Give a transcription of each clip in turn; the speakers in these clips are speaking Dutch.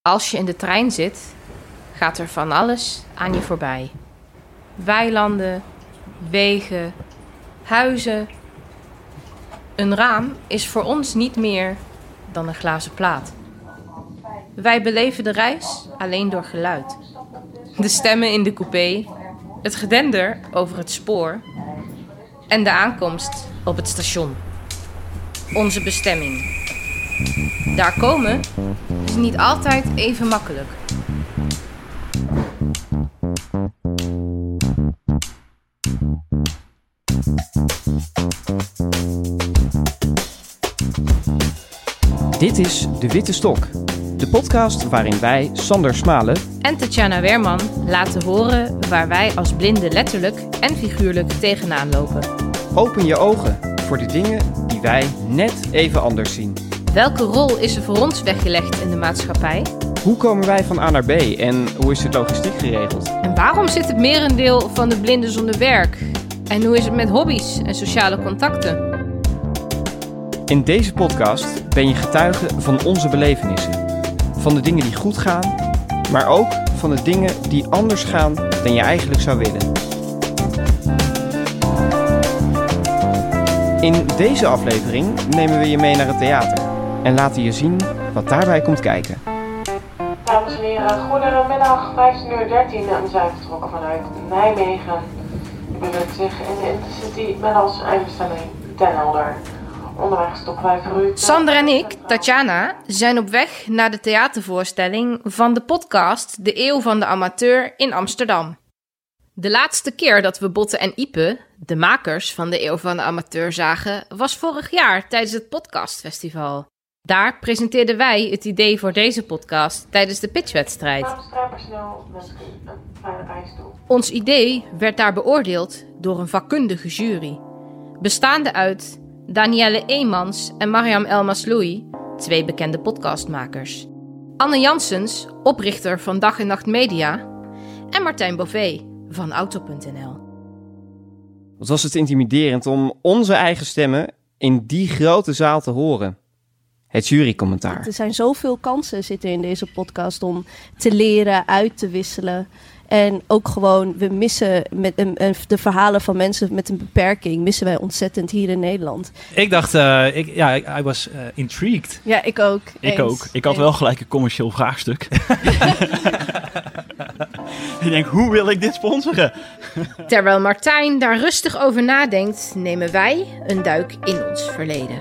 Als je in de trein zit, gaat er van alles aan je voorbij. Weilanden, wegen, huizen. Een raam is voor ons niet meer dan een glazen plaat. Wij beleven de reis alleen door geluid. De stemmen in de coupé, het gedender over het spoor en de aankomst op het station. Onze bestemming. Daar komen is niet altijd even makkelijk. Dit is De Witte Stok, de podcast waarin wij, Sander Smalen en Tatjana Weerman laten horen waar wij als blinden letterlijk en figuurlijk tegenaan lopen. Open je ogen voor de dingen die wij net even anders zien. Welke rol is er voor ons weggelegd in de maatschappij? Hoe komen wij van A naar B en hoe is de logistiek geregeld? En waarom zit het merendeel van de blinden zonder werk? En hoe is het met hobby's en sociale contacten? In deze podcast ben je getuige van onze belevenissen. Van de dingen die goed gaan, maar ook van de dingen die anders gaan dan je eigenlijk zou willen. In deze aflevering nemen we je mee naar het theater en laten je zien wat daarbij komt kijken. Dames en heren, goedemiddag, 15:13 uur. We zijn vertrokken vanuit Nijmegen. U bevindt zich in de Intercity met als eindbestemming Den Helder. Onderweg stoppen wij voor u. Sander en ik, Tatjana, zijn op weg naar de theatervoorstelling van de podcast De Eeuw van de Amateur in Amsterdam. De laatste keer dat we Botte en Ipe, de makers van De Eeuw van de Amateur, zagen, was vorig jaar tijdens het podcastfestival. Daar presenteerden wij het idee voor deze podcast tijdens de pitchwedstrijd. Namens treinpersoneel wens ik u een fijne reis toe. Ons idee werd daar beoordeeld door een vakkundige jury, bestaande uit Danielle Eemans en Mariam El Masloui, twee bekende podcastmakers. Anne Janssens, oprichter van Dag en Nacht Media. En Martijn Bové van Auto.nl. Wat was het intimiderend om onze eigen stemmen in die grote zaal te horen. Het jurycommentaar. Er zijn zoveel kansen zitten in deze podcast om te leren, uit te wisselen. En ook gewoon, we missen met de verhalen van mensen met een beperking, missen wij ontzettend hier in Nederland. Ik dacht, I was intrigued. Ja, ik ook. Ik had wel gelijk een commercieel vraagstuk. Ik denk, hoe wil ik dit sponsoren? Terwijl Martijn daar rustig over nadenkt, nemen wij een duik in ons verleden.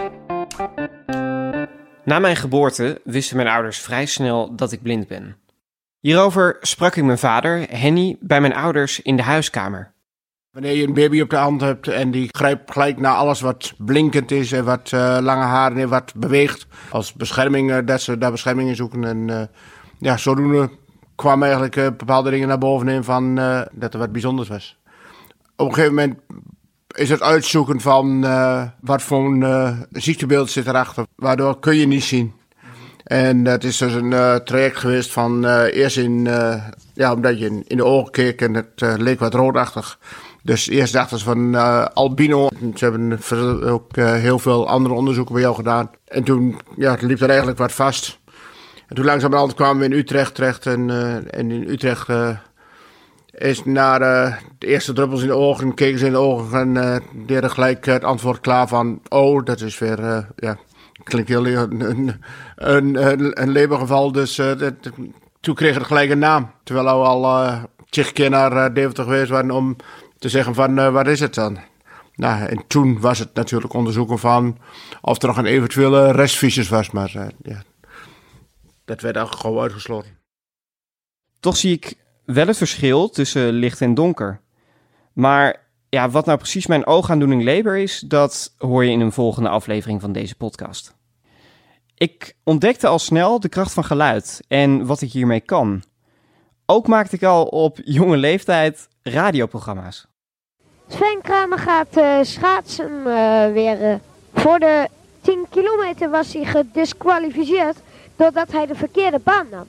Na mijn geboorte wisten mijn ouders vrij snel dat ik blind ben. Hierover sprak ik mijn vader, Henny, bij mijn ouders in de huiskamer. Wanneer je een baby op de hand hebt en die grijpt gelijk naar alles wat blinkend is en wat lange haren en wat beweegt. Als bescherming, dat ze daar bescherming in zoeken. En zodoende kwamen eigenlijk bepaalde dingen naar boven in van dat er wat bijzonders was. Op een gegeven moment is het uitzoeken van wat voor een ziektebeeld zit erachter. Waardoor kun je niet zien. En dat is dus een traject geweest van eerst omdat je in de ogen keek en het leek wat roodachtig. Dus eerst dachten ze van albino. Ze hebben ook heel veel andere onderzoeken bij jou gedaan. En toen liep er eigenlijk wat vast. En toen langzamerhand kwamen we in Utrecht terecht. En in Utrecht is naar de eerste druppels in de ogen, keken ze in de ogen en deden gelijk het antwoord klaar van, oh, dat is weer, klinkt heel een lebergeval. Dus toen kreeg het gelijk een naam. Terwijl we al 10 keer naar Deventer geweest waren om te zeggen van, wat is het dan? Nou, en toen was het natuurlijk onderzoeken van of er nog een eventuele restfiches was. Maar dat werd eigenlijk gewoon uitgesloten. Toch zie ik wel het verschil tussen licht en donker. Maar ja, wat nou precies mijn oogaandoening leber is, dat hoor je in een volgende aflevering van deze podcast. Ik ontdekte al snel de kracht van geluid en wat ik hiermee kan. Ook maakte ik al op jonge leeftijd radioprogramma's. Sven Kramer gaat schaatsen weer. Voor de 10 kilometer was hij gedisqualificeerd doordat hij de verkeerde baan nam.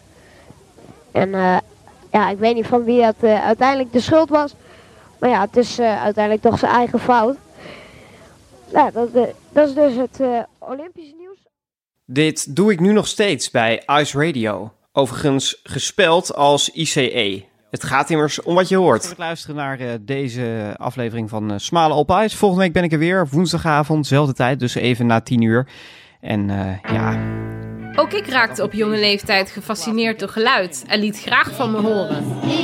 En ik weet niet van wie dat uiteindelijk de schuld was. Maar ja, het is uiteindelijk toch zijn eigen fout. Ja, dat is dus het Olympische nieuws. Dit doe ik nu nog steeds bij Ice Radio. Overigens gespeld als ICE. Het gaat immers om wat je hoort. Voor het luisteren naar deze aflevering van Smalen op Ice. Volgende week ben ik er weer, woensdagavond, zelfde tijd, dus even na 10:00. En ja... Ook ik raakte op jonge leeftijd gefascineerd door geluid en liet graag van me horen.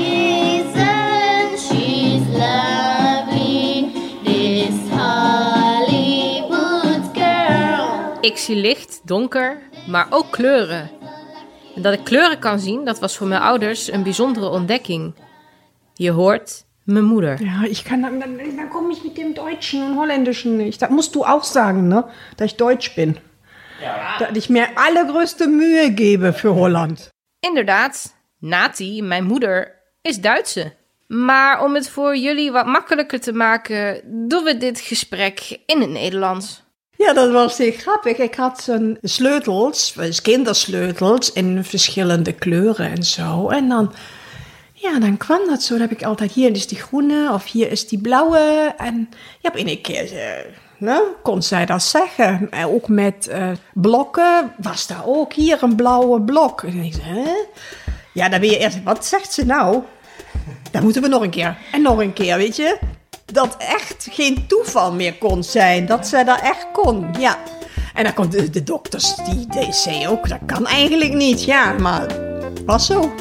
She's lovely, this Hollywood girl. Ik zie licht, donker, maar ook kleuren. En dat ik kleuren kan zien, dat was voor mijn ouders een bijzondere ontdekking. Je hoort mijn moeder. Ja, dan kom ik met dem Deutschen en Holländischen nicht. Dat musst du auch sagen, ne? Dat ik Deutsch bin. Ja. Dat ik mir allergrößte Mühe gebe voor Holland. Inderdaad, Nati, mijn moeder, is Duitse. Maar om het voor jullie wat makkelijker te maken, doen we dit gesprek in het Nederlands. Ja, dat was heel grappig. Ik had zo'n sleutels, kindersleutels in verschillende kleuren en zo. En dan kwam dat zo. Dan heb ik altijd, hier is die groene of hier is die blauwe. En ja, op een keer kon zij dat zeggen. Ook met blokken was daar ook hier een blauwe blok. En ik zei, hè? Ja, dan ben je eerst, wat zegt ze nou? Dan moeten we nog een keer. En nog een keer, weet je? Dat echt geen toeval meer kon zijn. Dat zij dat echt kon, ja. En dan kon de dokters, die zei ook, dat kan eigenlijk niet. Ja, maar was zo.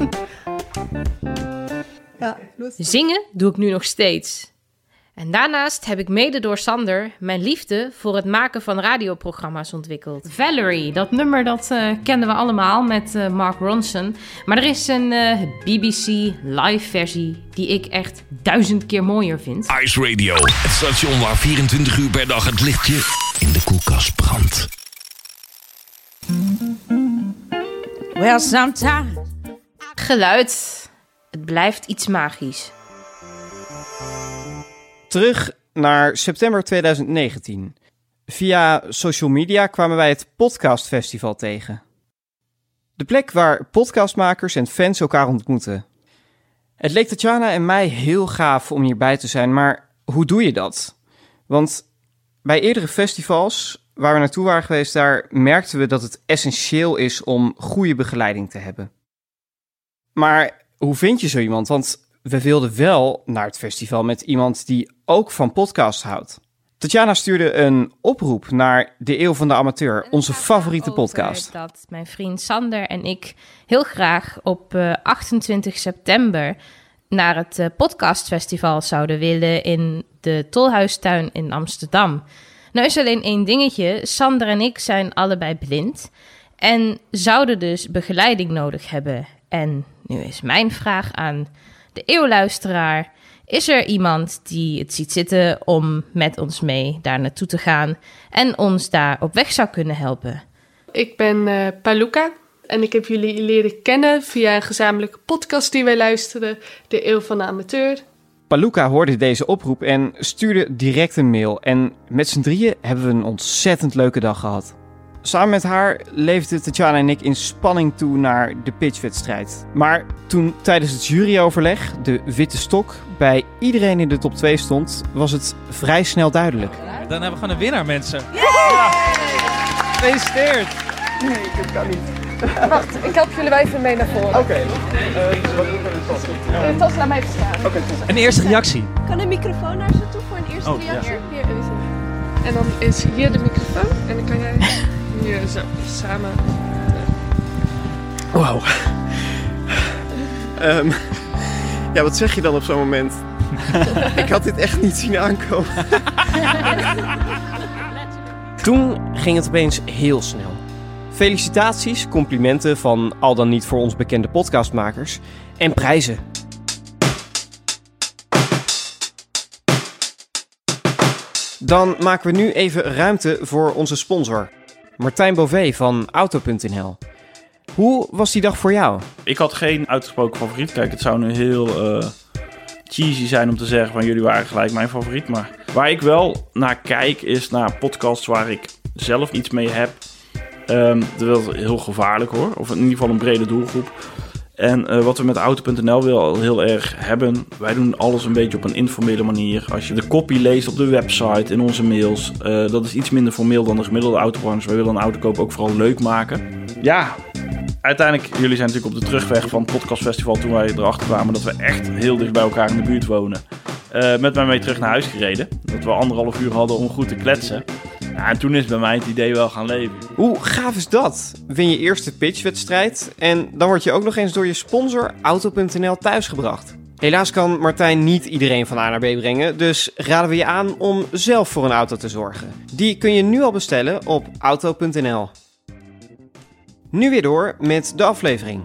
Ja, zingen doe ik nu nog steeds. En daarnaast heb ik mede door Sander mijn liefde voor het maken van radioprogramma's ontwikkeld. Valerie, dat nummer dat kenden we allemaal met Mark Ronson. Maar er is een BBC live versie die ik echt 1000 keer mooier vind. Ice Radio, het station waar 24 uur per dag het lichtje in de koelkast brandt. Well, sometimes. Geluid, het blijft iets magisch. Terug naar september 2019. Via social media kwamen wij het podcastfestival tegen. De plek waar podcastmakers en fans elkaar ontmoeten. Het leek Tatjana en mij heel gaaf om hierbij te zijn, maar hoe doe je dat? Want bij eerdere festivals waar we naartoe waren geweest, daar merkten we dat het essentieel is om goede begeleiding te hebben. Maar hoe vind je zo iemand? Want we wilden wel naar het festival met iemand die ook van podcast houdt. Tatjana stuurde een oproep naar de Eeuw van de Amateur, onze favoriete podcast. Dat mijn vriend Sander en ik heel graag op 28 september naar het podcastfestival zouden willen in de Tolhuistuin in Amsterdam. Nou is alleen één dingetje, Sander en ik zijn allebei blind en zouden dus begeleiding nodig hebben. En nu is mijn vraag aan de eeuwluisteraar: is er iemand die het ziet zitten om met ons mee daar naartoe te gaan en ons daar op weg zou kunnen helpen? Ik ben Paluca en ik heb jullie leren kennen via een gezamenlijke podcast die wij luisteren, de Eeuw van de Amateur. Paluca hoorde deze oproep en stuurde direct een mail. En met z'n drieën hebben we een ontzettend leuke dag gehad. Samen met haar leefden Tatjana en ik in spanning toe naar de pitchwedstrijd. Maar toen tijdens het juryoverleg de witte stok bij iedereen in de top 2 stond, was het vrij snel duidelijk. Dan hebben we gewoon een winnaar, mensen. Yeah! Gefeliciteerd! Nee, dat kan niet. Wacht, ik help jullie wel even mee naar voren. Oké. De tas laat mij even staan. Okay, een eerste reactie. Kan een microfoon naar ze toe voor een eerste reactie? Ja. En dan is hier de microfoon en dan kan jij hier zo samen. Wauw. Ja, wat zeg je dan op zo'n moment? Ik had dit echt niet zien aankomen. Toen ging het opeens heel snel. Felicitaties, complimenten van al dan niet voor ons bekende podcastmakers en prijzen. Dan maken we nu even ruimte voor onze sponsor, Martijn Bové van Auto.nl. Hoe was die dag voor jou? Ik had geen uitgesproken favoriet. Kijk, het zou nu heel cheesy zijn om te zeggen van jullie waren gelijk mijn favoriet. Maar waar ik wel naar kijk is naar podcasts waar ik zelf iets mee heb. Dat is heel gevaarlijk hoor. Of in ieder geval een brede doelgroep. En wat we met Auto.nl wel heel erg hebben, wij doen alles een beetje op een informele manier. Als je de copy leest op de website, in onze mails, dat is iets minder formeel dan de gemiddelde autobranche. Wij willen een autokoop ook vooral leuk maken. Ja, uiteindelijk, jullie zijn natuurlijk op de terugweg van het podcastfestival toen wij erachter kwamen dat we echt heel dicht bij elkaar in de buurt wonen. Met mij mee terug naar huis gereden. Dat we 1,5 uur hadden om goed te kletsen. Ja, en toen is bij mij het idee wel gaan leven. Hoe gaaf is dat? Win je eerste pitchwedstrijd en dan word je ook nog eens door je sponsor Auto.nl thuisgebracht. Helaas kan Martijn niet iedereen van A naar B brengen, dus raden we je aan om zelf voor een auto te zorgen. Die kun je nu al bestellen op Auto.nl. Nu weer door met de aflevering.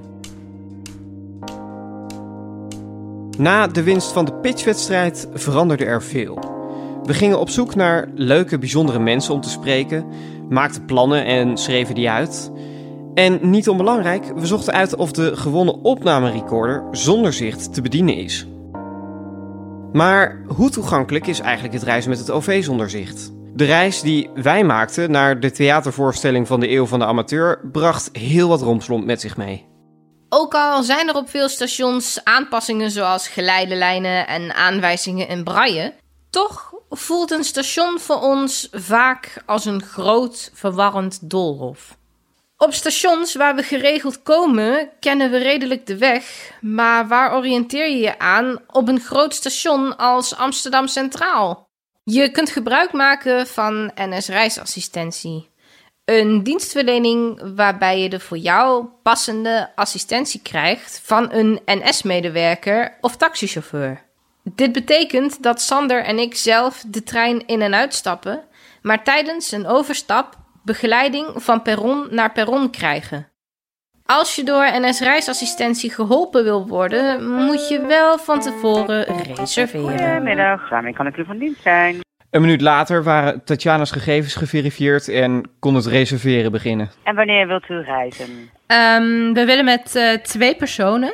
Na de winst van de pitchwedstrijd veranderde er veel. We gingen op zoek naar leuke, bijzondere mensen om te spreken, maakten plannen en schreven die uit. En niet onbelangrijk, we zochten uit of de gewonnen opnamerecorder zonder zicht te bedienen is. Maar hoe toegankelijk is eigenlijk het reizen met het OV zonder zicht? De reis die wij maakten naar de theatervoorstelling van de Eeuw van de Amateur bracht heel wat rompslomp met zich mee. Ook al zijn er op veel stations aanpassingen zoals geleidelijnen en aanwijzingen in braille, toch voelt een station voor ons vaak als een groot, verwarrend doolhof. Op stations waar we geregeld komen, kennen we redelijk de weg, maar waar oriënteer je je aan op een groot station als Amsterdam Centraal? Je kunt gebruik maken van NS Reisassistentie. Een dienstverlening waarbij je de voor jou passende assistentie krijgt van een NS-medewerker of taxichauffeur. Dit betekent dat Sander en ik zelf de trein in en uitstappen, maar tijdens een overstap begeleiding van perron naar perron krijgen. Als je door NS Reisassistentie geholpen wil worden, moet je wel van tevoren reserveren. Goedemiddag, daarmee kan ik u van dienst zijn. Een minuut later waren Tatjana's gegevens geverifieerd en kon het reserveren beginnen. En wanneer wilt u reizen? We willen met 2 personen.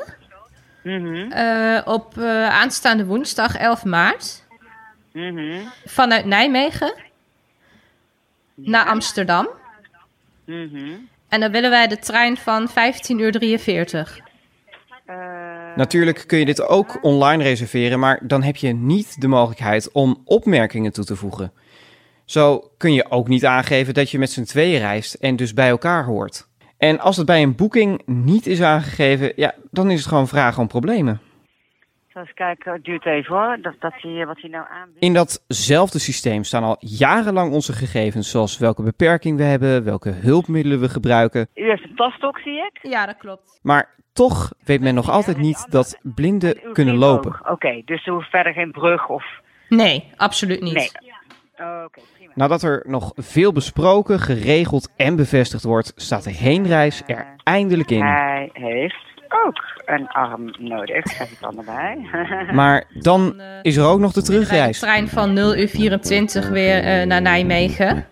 Op aanstaande woensdag 11 maart. Vanuit Nijmegen naar Amsterdam. En dan willen wij de trein van 15:43. Natuurlijk kun je dit ook online reserveren, maar dan heb je niet de mogelijkheid om opmerkingen toe te voegen. Zo kun je ook niet aangeven dat je met z'n tweeën reist en dus bij elkaar hoort. En als het bij een boeking niet is aangegeven, ja, dan is het gewoon vragen om problemen. Eens kijken, het duurt even hoor, dat zie wat hij nou aanbiedt. In datzelfde systeem staan al jarenlang onze gegevens, zoals welke beperking we hebben, welke hulpmiddelen we gebruiken. U heeft een tasstok, zie ik? Ja, dat klopt. Maar toch weet men nog altijd niet dat blinden kunnen lopen. Oké, dus er hoeft verder geen brug of... Nee, absoluut niet. Nee. Oké, prima. Nadat er nog veel besproken, geregeld en bevestigd wordt, staat de heenreis er eindelijk in. Hij heeft ook een arm nodig, zeg ik dan erbij. Maar dan is er ook nog de terugreis. De trein van 0:24 weer naar Nijmegen.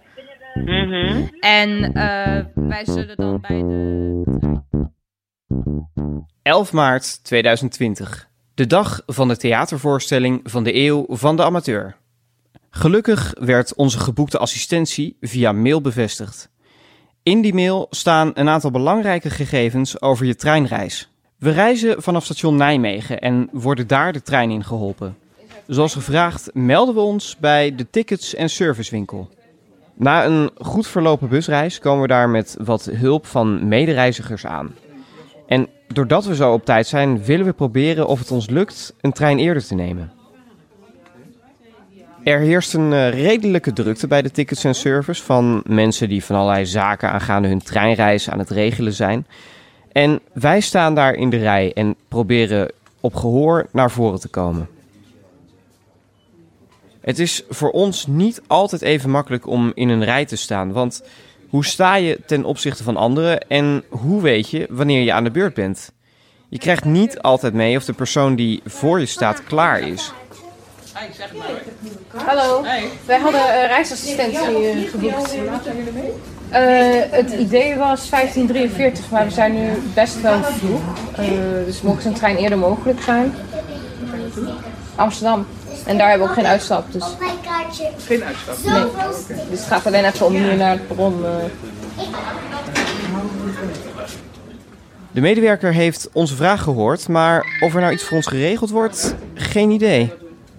En wij zullen dan bij de... 11 maart 2020. De dag van de theatervoorstelling van de Eeuw van de Amateur. Gelukkig werd onze geboekte assistentie via mail bevestigd. In die mail staan een aantal belangrijke gegevens over je treinreis. We reizen vanaf station Nijmegen en worden daar de trein in geholpen. Zoals gevraagd melden we ons bij de tickets- en servicewinkel. Na een goed verlopen busreis komen we daar met wat hulp van medereizigers aan. En doordat we zo op tijd zijn, willen we proberen of het ons lukt een trein eerder te nemen. Er heerst een redelijke drukte bij de tickets en service van mensen die van allerlei zaken aangaande hun treinreis aan het regelen zijn. En wij staan daar in de rij en proberen op gehoor naar voren te komen. Het is voor ons niet altijd even makkelijk om in een rij te staan, want hoe sta je ten opzichte van anderen en hoe weet je wanneer je aan de beurt bent? Je krijgt niet altijd mee of de persoon die voor je staat klaar is. Hallo, wij hadden reisassistentie geboekt. Het idee was 15:43, maar we zijn nu best wel vroeg. Dus mocht een trein eerder mogelijk zijn. Amsterdam. En daar hebben we ook geen uitstap. Dus... Geen uitstap? Nee. Dus het gaat alleen even om hier naar het perron. De medewerker heeft onze vraag gehoord, maar of er nou iets voor ons geregeld wordt, geen idee.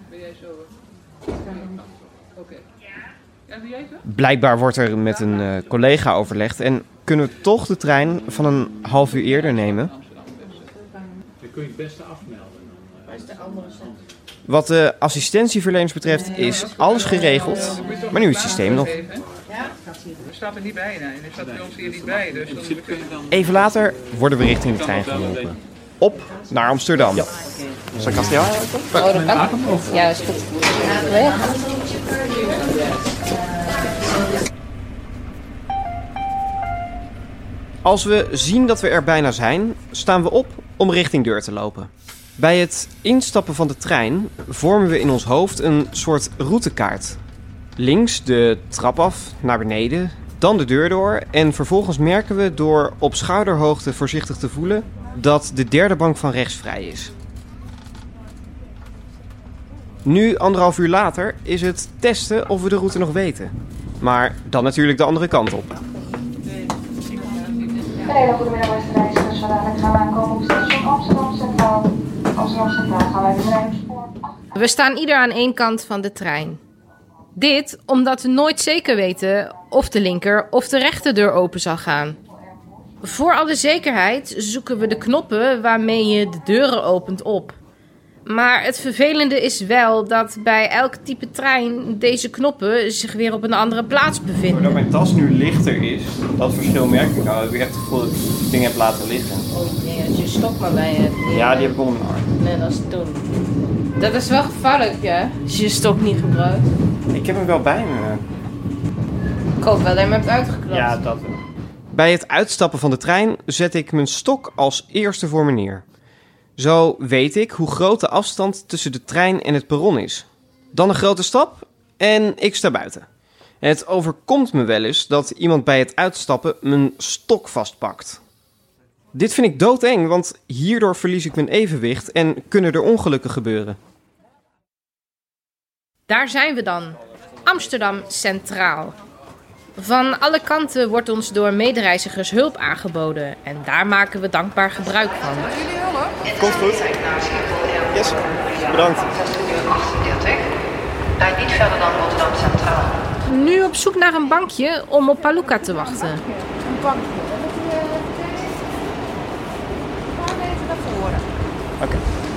Blijkbaar wordt er met een collega overlegd en kunnen we toch de trein van een half uur eerder nemen. Dan kun je het beste afmelden. Wat de assistentieverleners betreft is alles geregeld, maar nu is het systeem nog. Er staat er niet bij, nee. Er staat bij ons hier niet bij. Dus dan... Even later worden we richting de trein gelopen. Op naar Amsterdam. Ja. Zal ik als jou? Oh, dat kan. Ja, is goed. Als we zien dat we er bijna zijn, staan we op om richting deur te lopen. Bij het instappen van de trein vormen we in ons hoofd een soort routekaart. Links de trap af naar beneden, dan de deur door en vervolgens merken we door op schouderhoogte voorzichtig te voelen dat de derde bank van rechts vrij is. Nu, 1,5 uur later, is het testen of we de route nog weten. Maar dan natuurlijk de andere kant op. Een hele goede middag, beste reizigers. Vandaag gaan we aankomen op station Amsterdam Centraal. Amsterdam Centraal gaan wij de trein op spoor 8. We staan ieder aan één kant van de trein. Dit omdat we nooit zeker weten of de linker of de rechterdeur open zal gaan. Voor alle zekerheid zoeken we de knoppen waarmee je de deuren opent op. Maar het vervelende is wel dat bij elk type trein deze knoppen zich weer op een andere plaats bevinden. Doordat mijn tas nu lichter is, dat verschil merk ik nou. Dat ik echt het gevoel dat ik het ding heb laten liggen. Oh nee, als je stok maar bij je hebt. Ja, die heb ik onder mijn arm. Nee, dat is toen. Dat is wel gevaarlijk, ja. Als je je stok niet gebruikt. Ik heb hem wel bij me. Ik hoop wel dat je hem hebt uitgeklopt. Ja, dat wel. Bij het uitstappen van de trein zet ik mijn stok als eerste voor me neer. Zo weet ik hoe groot de afstand tussen de trein en het perron is. Dan een grote stap en ik sta buiten. Het overkomt me wel eens dat iemand bij het uitstappen mijn stok vastpakt. Dit vind ik doodeng, want hierdoor verlies ik mijn evenwicht en kunnen er ongelukken gebeuren. Daar zijn we dan. Amsterdam Centraal. Van alle kanten wordt ons door medereizigers hulp aangeboden en daar maken we dankbaar gebruik van. Komt goed. Yes, bedankt. Rijd niet verder dan Rotterdam Centraal. Nu op zoek naar een bankje om op Paluca te wachten. Een bankje. Een paar meter naar voren. Oké.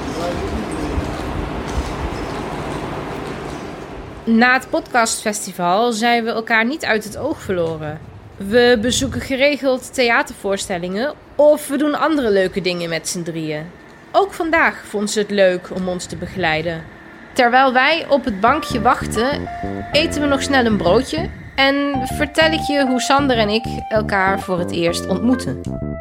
Na het podcastfestival zijn we elkaar niet uit het oog verloren. We bezoeken geregeld theatervoorstellingen of we doen andere leuke dingen met z'n drieën. Ook vandaag vond ze het leuk om ons te begeleiden. Terwijl wij op het bankje wachten, eten we nog snel een broodje en vertel ik je hoe Sander en ik elkaar voor het eerst ontmoetten.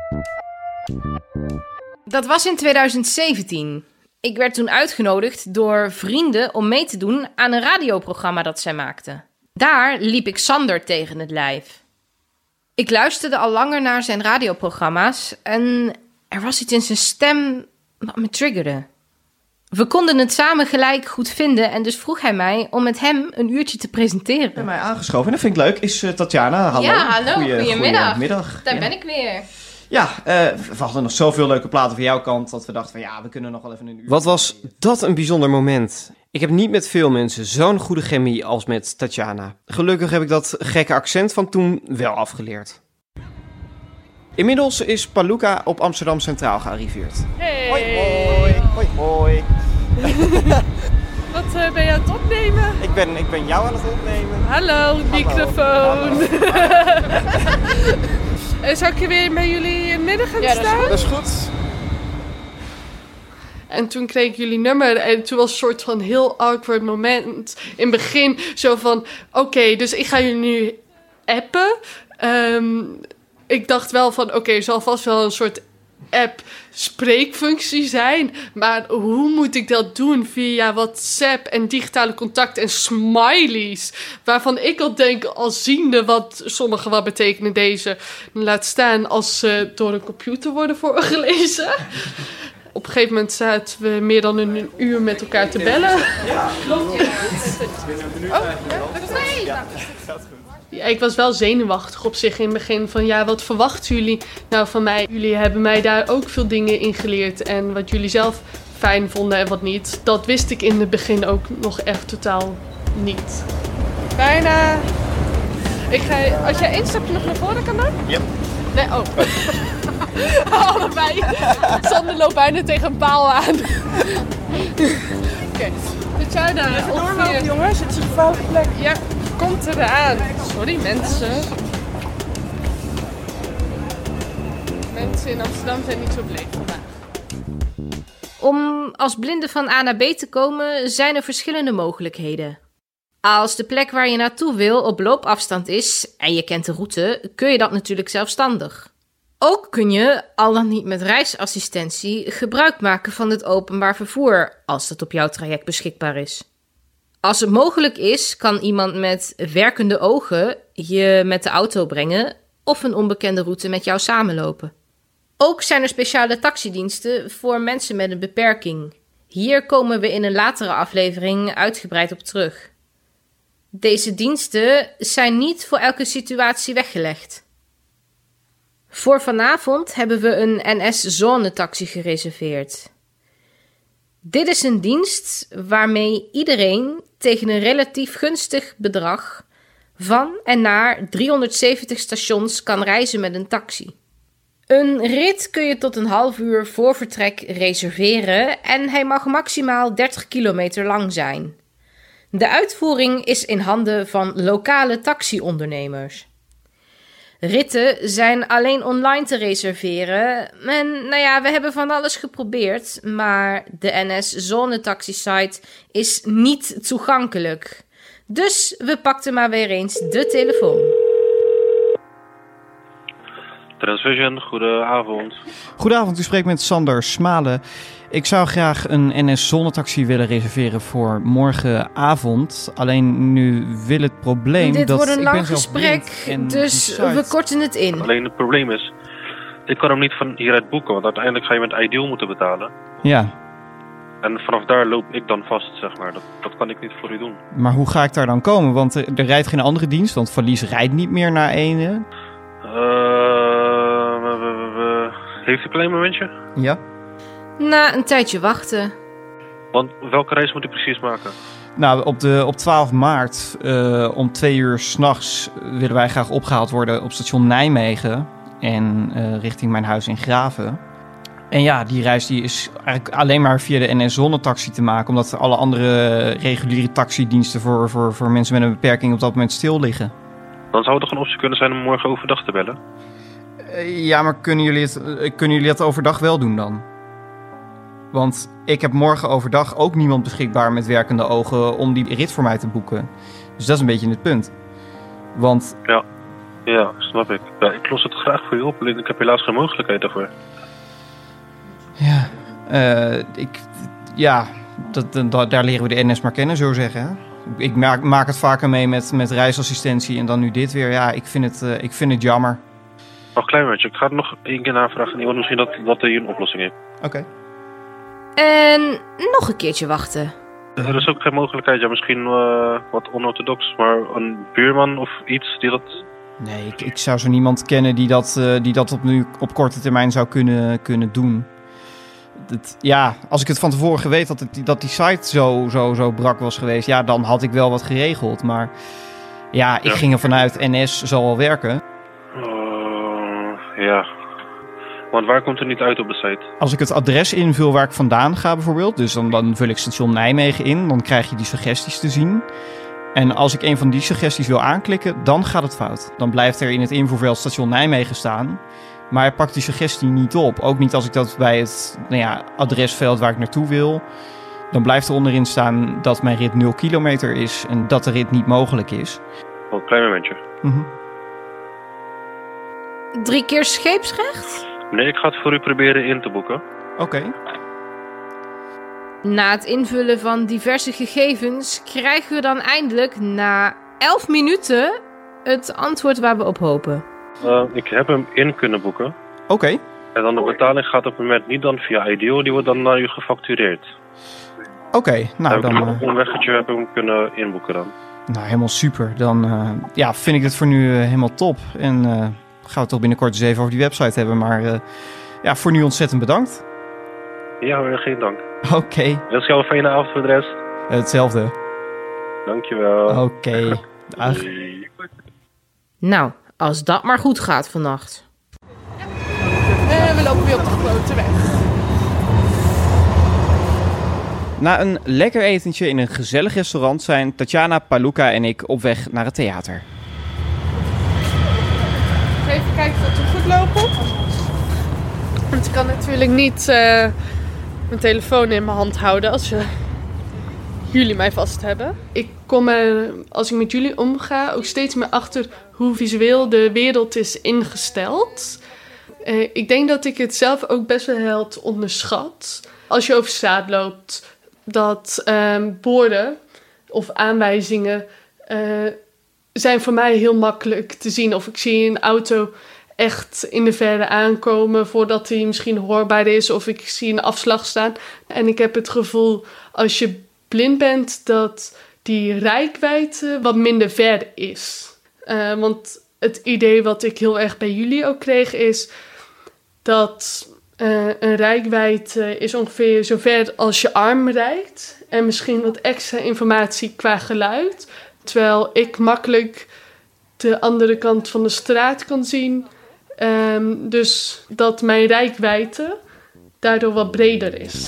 Dat was in 2017. Ik werd toen uitgenodigd door vrienden om mee te doen aan een radioprogramma dat zij maakten. Daar liep ik Sander tegen het lijf. Ik luisterde al langer naar zijn radioprogramma's en er was iets in zijn stem wat me triggerde. We konden het samen gelijk goed vinden en dus vroeg hij mij om met hem een uurtje te presenteren. Bij mij aangeschoven, en dat vind ik leuk, is Tatjana. Hallo. Ja, hallo. Goedemiddag. Goedemiddag. Daar ben ik weer. Ja, we hadden nog zoveel leuke platen van jouw kant dat we dachten van ja, we kunnen nog wel even een uur. Wat was dat een bijzonder moment. Ik heb niet met veel mensen zo'n goede chemie als met Tatjana. Gelukkig heb ik dat gekke accent van toen wel afgeleerd. Inmiddels is Paluca op Amsterdam Centraal gearriveerd. Hey. Hoi, hoi. Hoi, hoi. Wat ben je aan het opnemen? Ik ben jou aan het opnemen. Hallo, microfoon. Zou ik weer met jullie in het midden gaan staan? Dat is goed. En toen kreeg ik jullie nummer en toen was een soort van heel awkward moment. In het begin zo van, oké, dus ik ga jullie nu appen. Ik dacht wel van, oké, er zal vast wel een soort app-spreekfunctie zijn. Maar hoe moet ik dat doen via WhatsApp en digitale contact en smileys? Waarvan ik al denk, als ziende wat betekenen deze. Laat staan als ze door een computer worden voorgelezen. Op een gegeven moment zaten we meer dan een uur met elkaar te bellen. Ja, klopt. Ja, ik was wel zenuwachtig op zich in het begin. Van ja, wat verwachten jullie nou van mij? Jullie hebben mij daar ook veel dingen in geleerd. En wat jullie zelf fijn vonden en wat niet. Dat wist ik in het begin ook nog echt totaal niet. Bijna. Als jij 1 stapje nog naar voren kan doen? Ja. Nee, allebei. Sander loopt bijna tegen een paal aan. Oké. Zit jij daar? Even doorlopen, jongens. Het is een gevaarlijke plek. Ja, komt eraan. Sorry, mensen. Mensen in Amsterdam zijn niet zo bleek vandaag. Om als blinde van A naar B te komen, zijn er verschillende mogelijkheden. Als de plek waar je naartoe wil op loopafstand is en je kent de route, kun je dat natuurlijk zelfstandig. Ook kun je, al dan niet met reisassistentie, gebruik maken van het openbaar vervoer, als dat op jouw traject beschikbaar is. Als het mogelijk is, kan iemand met werkende ogen je met de auto brengen of een onbekende route met jou samenlopen. Ook zijn er speciale taxidiensten voor mensen met een beperking. Hier komen we in een latere aflevering uitgebreid op terug. Deze diensten zijn niet voor elke situatie weggelegd. Voor vanavond hebben we een NS-zonetaxi gereserveerd. Dit is een dienst waarmee iedereen tegen een relatief gunstig bedrag van en naar 370 stations kan reizen met een taxi. Een rit kun je tot een half uur voor vertrek reserveren en hij mag maximaal 30 kilometer lang zijn. De uitvoering is in handen van lokale taxiondernemers. Ritten zijn alleen online te reserveren en we hebben van alles geprobeerd, maar de NS-zonetaxi-site is niet toegankelijk. Dus we pakten maar weer eens de telefoon. Transvision, goedenavond. Goedenavond, u spreekt met Sander Smalen. Ik zou graag een NS-zonnetaxi willen reserveren voor morgenavond. Alleen nu wil het probleem Dit dat wordt een ik lang ben zelf gesprek, blind dus we korten het in. Alleen het probleem is, ik kan hem niet van hieruit boeken, want uiteindelijk ga je met Ideal moeten betalen. Ja, En vanaf daar loop ik dan vast, zeg maar. Dat kan ik niet voor u doen. maar hoe ga ik daar dan komen? Want er rijdt geen andere dienst, want Verlies rijdt niet meer naar ene. Heeft u een klein momentje? Ja. Na een tijdje wachten. Want welke reis moet u precies maken? Nou, op 12 maart om 2 uur 's nachts willen wij graag opgehaald worden op station Nijmegen en richting mijn huis in Graven. En ja, die reis die is eigenlijk alleen maar via de NS-zonnetaxi te maken, omdat alle andere reguliere taxidiensten voor mensen met een beperking op dat moment stil liggen. Dan zou het toch een optie kunnen zijn om morgen overdag te bellen? Ja, maar kunnen jullie dat overdag wel doen dan? Want ik heb morgen overdag ook niemand beschikbaar met werkende ogen om die rit voor mij te boeken. Dus dat is een beetje het punt. Want... Ja, snap ik. Ja, ik los het graag voor je op, alleen ik heb helaas geen mogelijkheid daarvoor. Daar leren we de NS maar kennen, zo zeggen. Hè? Ik maak het vaker mee met reisassistentie en dan nu dit weer. Ja, ik vind het jammer. Nog een klein beetje. Ik ga het nog 1 keer navragen. Iemand misschien dat hij een oplossing heeft. Oké. En nog een keertje wachten. Er is ook geen mogelijkheid. Ja, misschien wat onorthodox, maar een buurman of iets die dat... Nee, ik zou zo niemand kennen die dat op korte termijn zou kunnen doen. Als ik het van tevoren geweten had dat die site zo brak was geweest, ja, dan had ik wel wat geregeld. Maar ja, ik ging er vanuit NS zal wel werken. Ja. Want waar komt het niet uit op de site? Als ik het adres invul waar ik vandaan ga bijvoorbeeld, dus dan vul ik station Nijmegen in, dan krijg je die suggesties te zien. En als ik een van die suggesties wil aanklikken, dan gaat het fout. Dan blijft er in het invoerveld station Nijmegen staan. Maar hij pakt die suggestie niet op. Ook niet als ik dat bij het adresveld waar ik naartoe wil. Dan blijft er onderin staan dat mijn rit 0 kilometer is en dat de rit niet mogelijk is. Oh, een klein momentje. 3 keer scheepsrecht? Nee, ik ga het voor u proberen in te boeken. Oké. Na het invullen van diverse gegevens krijgen we dan eindelijk na 11 minuten het antwoord waar we op hopen. Ik heb hem in kunnen boeken. Oké. En dan de betaling gaat op het moment niet dan via Ideal, die wordt dan naar u gefactureerd. Oké, nou dan... Een weggetje heb ik hem kunnen inboeken dan. Nou, helemaal super. Dan vind ik dit voor nu helemaal top. En gaan we toch binnenkort eens even over die website hebben. Maar voor nu ontzettend bedankt. Ja, geen dank. Oké. Wens jou een fijne avond voor de rest. Hetzelfde. Dankjewel. Oké. Dag. Nou, als dat maar goed gaat vannacht. En we lopen weer op de grote weg. Na een lekker etentje in een gezellig restaurant zijn Tatjana, Paluca en ik op weg naar het theater. Even kijken of we goed lopen. Want ik kan natuurlijk niet mijn telefoon in mijn hand houden als jullie mij vast hebben. Ik kom er, als ik met jullie omga, ook steeds meer achter hoe visueel de wereld is ingesteld. Ik denk dat ik het zelf ook best wel onderschat. Als je over straat loopt, dat borden of aanwijzingen zijn voor mij heel makkelijk te zien. Of ik zie een auto echt in de verte aankomen voordat hij misschien hoorbaar is. Of ik zie een afslag staan. En ik heb het gevoel, als je blind bent, dat die reikwijdte wat minder ver is. Want het idee wat ik heel erg bij jullie ook kreeg is dat een reikwijdte is ongeveer zo ver als je arm reikt. En misschien wat extra informatie qua geluid. Terwijl ik makkelijk de andere kant van de straat kan zien. Dus dat mijn reikwijdte daardoor wat breder is.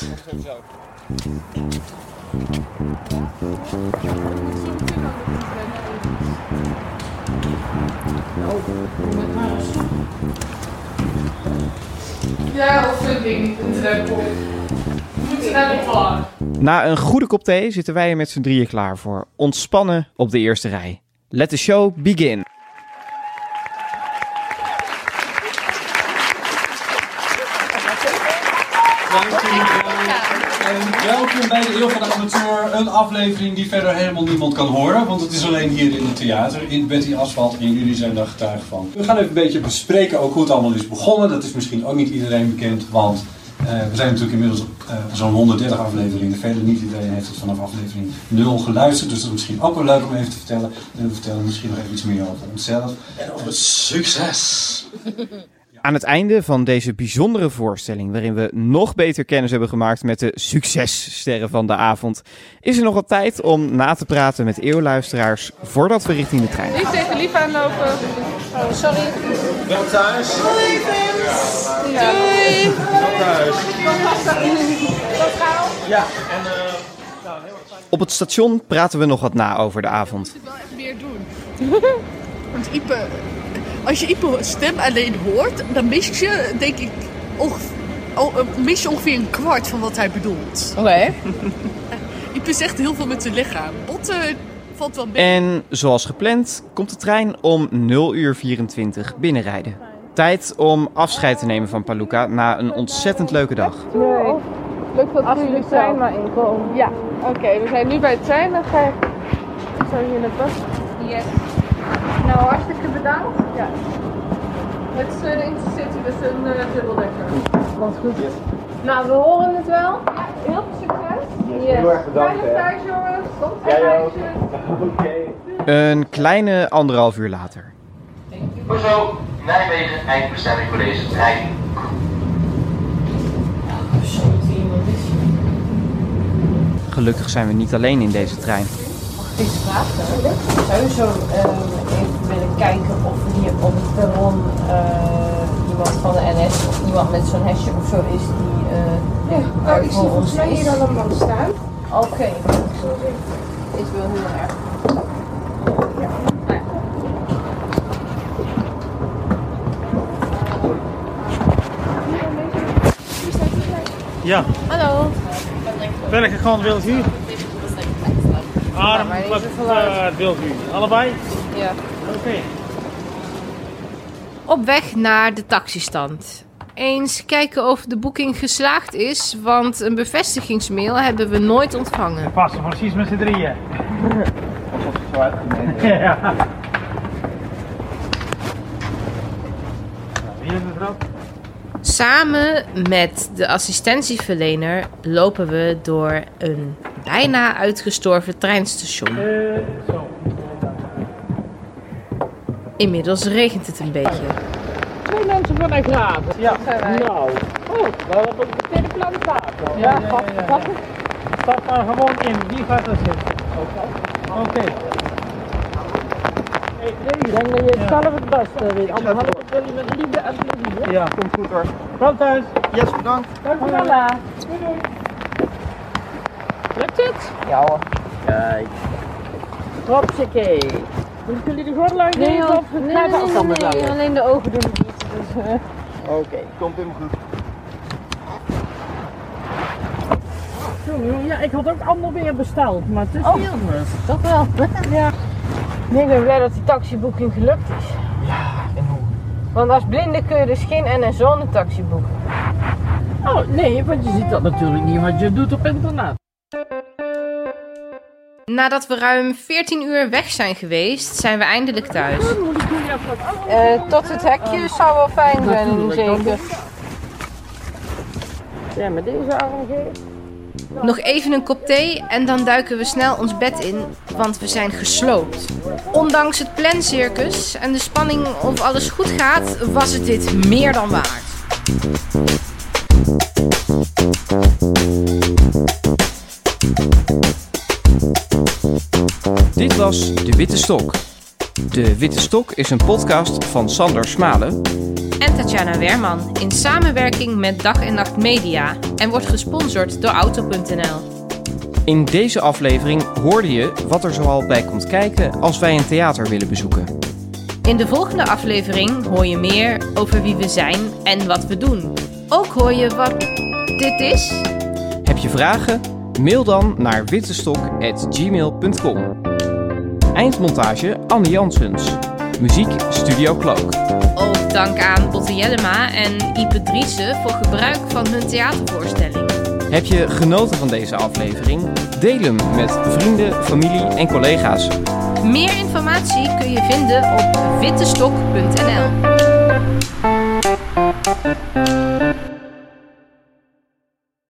Ja, of een ding, een drempel. We moeten naar de bar. Na een goede kop thee zitten wij er met z'n drieën klaar voor. Ontspannen op de eerste rij. Let the show begin. Welkom bij de Eeuw van de Amateur, een aflevering die verder helemaal niemand kan horen, want het is alleen hier in het theater, in Betty Asphalt, en jullie zijn daar getuige van. We gaan even een beetje bespreken ook hoe het allemaal is begonnen. Dat is misschien ook niet iedereen bekend, want we zijn natuurlijk inmiddels zo'n 130 afleveringen verder. Niet iedereen heeft het vanaf aflevering 0 geluisterd, dus dat is misschien ook wel leuk om even te vertellen. En we vertellen misschien nog even iets meer over onszelf en over het succes. Aan het einde van deze bijzondere voorstelling, waarin we nog beter kennis hebben gemaakt met de successterren van de avond, is er nog wat tijd om na te praten met eeuwluisteraars voordat we richting de trein gaan. Niet tegen lief aanlopen. Oh, sorry. Wel thuis. Doei, Vims. Ja. Doei. Wel thuis. Tot gauw. Ja, en Op het station praten we nog wat na over de avond. Ik moet het wel echt meer doen. Want Ipe, als je Ipe stem alleen hoort, dan mis je, denk ik, ongeveer een kwart van wat hij bedoelt. Oké. Ipe zegt heel veel met zijn lichaam. Botten valt wel mee. En zoals gepland komt de trein om 0:24 binnenrijden. Tijd om afscheid te nemen van Paluca na een ontzettend leuke dag. Nee. Lukt dat als jullie de trein maar inkomen? Ja. Oké, we zijn nu bij de trein. Dan ga ik zo hier naar pas. Yes. Nou, hartstikke bedankt. Ja. Het is een Intercity, dus een dubbeldekker. Komt goed. Yes. Nou, we horen het wel. Ja, heel veel succes. Yes. Heel erg bedankt. Veilig thuis, jongens. Komt Oké. Een kleine 1,5 uur later. Hoezo? Nijmegen, eindbestemming voor deze trein. Gelukkig zijn we niet alleen in deze trein. Deze vraag zou je zo even willen kijken of er hier op het perron iemand van de NS of iemand met zo'n hesje of zo is die ik zie volgens mij hier al een man staan. Oké. Is wel heel erg. Ja. Hallo. Welke kant wilt u? Arm, wat wilt u? Allebei? Ja. Oké. Op weg naar de taxistand. Eens kijken of de boeking geslaagd is, want een bevestigingsmail hebben we nooit ontvangen. We passen precies met z'n drieën. alsof het zo uitgemeten ja. Nou, hier mevrouw. Samen met de assistentieverlener lopen we door een bijna uitgestorven treinstation. Inmiddels regent het een beetje. 2 mensen van een graden. Ja. Dat zijn wij. Nou. Oh, we hebben op de tweede plan zaten. Ja. Stap maar gewoon in. Wie gaat er zitten? Oké. Ik denk dat je zelf het beste weet. Anders had ik het wel met liefde en plezier. Ja, komt goed hoor. Kom thuis. Yes, bedankt. Dank u wel. Doei doei. Lukt het? Ja hoor. Kijk. Hopsakee. Moeten jullie de gordel uitnemen? Nee, Of nee, alleen de ogen doen het niet. Dus, Oké, komt helemaal goed. Ja, ik had ook ander weer besteld, maar het is niet anders. Dat wel. Ja. Ik ben blij dat die taxiboeking gelukt is. Ja, en hoe? Want als blinde kun je dus geen NS-zone-taxi boeken. Oh, nee, want je ziet dat natuurlijk niet wat je doet op internet. Nadat we ruim 14 uur weg zijn geweest, zijn we eindelijk thuis. Tot het hekje zou wel fijn zijn, zeker. Ja, met deze arm geef. Nog even een kop thee en dan duiken we snel ons bed in, want we zijn gesloopt. Ondanks het plancircus en de spanning of alles goed gaat, was het dit meer dan waard. Dit was De Witte Stok. De Witte Stok is een podcast van Sander Smalen en Tatjana Werman in samenwerking met Dag en Nacht Media en wordt gesponsord door Auto.nl. In deze aflevering hoorde je wat er zoal bij komt kijken als wij een theater willen bezoeken. In de volgende aflevering hoor je meer over wie we zijn en wat we doen. Ook hoor je wat dit is. Heb je vragen? Mail dan naar wittestok@gmail.com. Eindmontage Anne Janssens. Muziek Studio Cloak. Ook dank aan Botte Jellema en Ipe Driessen voor gebruik van hun theatervoorstelling. Heb je genoten van deze aflevering? Deel hem met vrienden, familie en collega's. Meer informatie kun je vinden op wittestok.nl.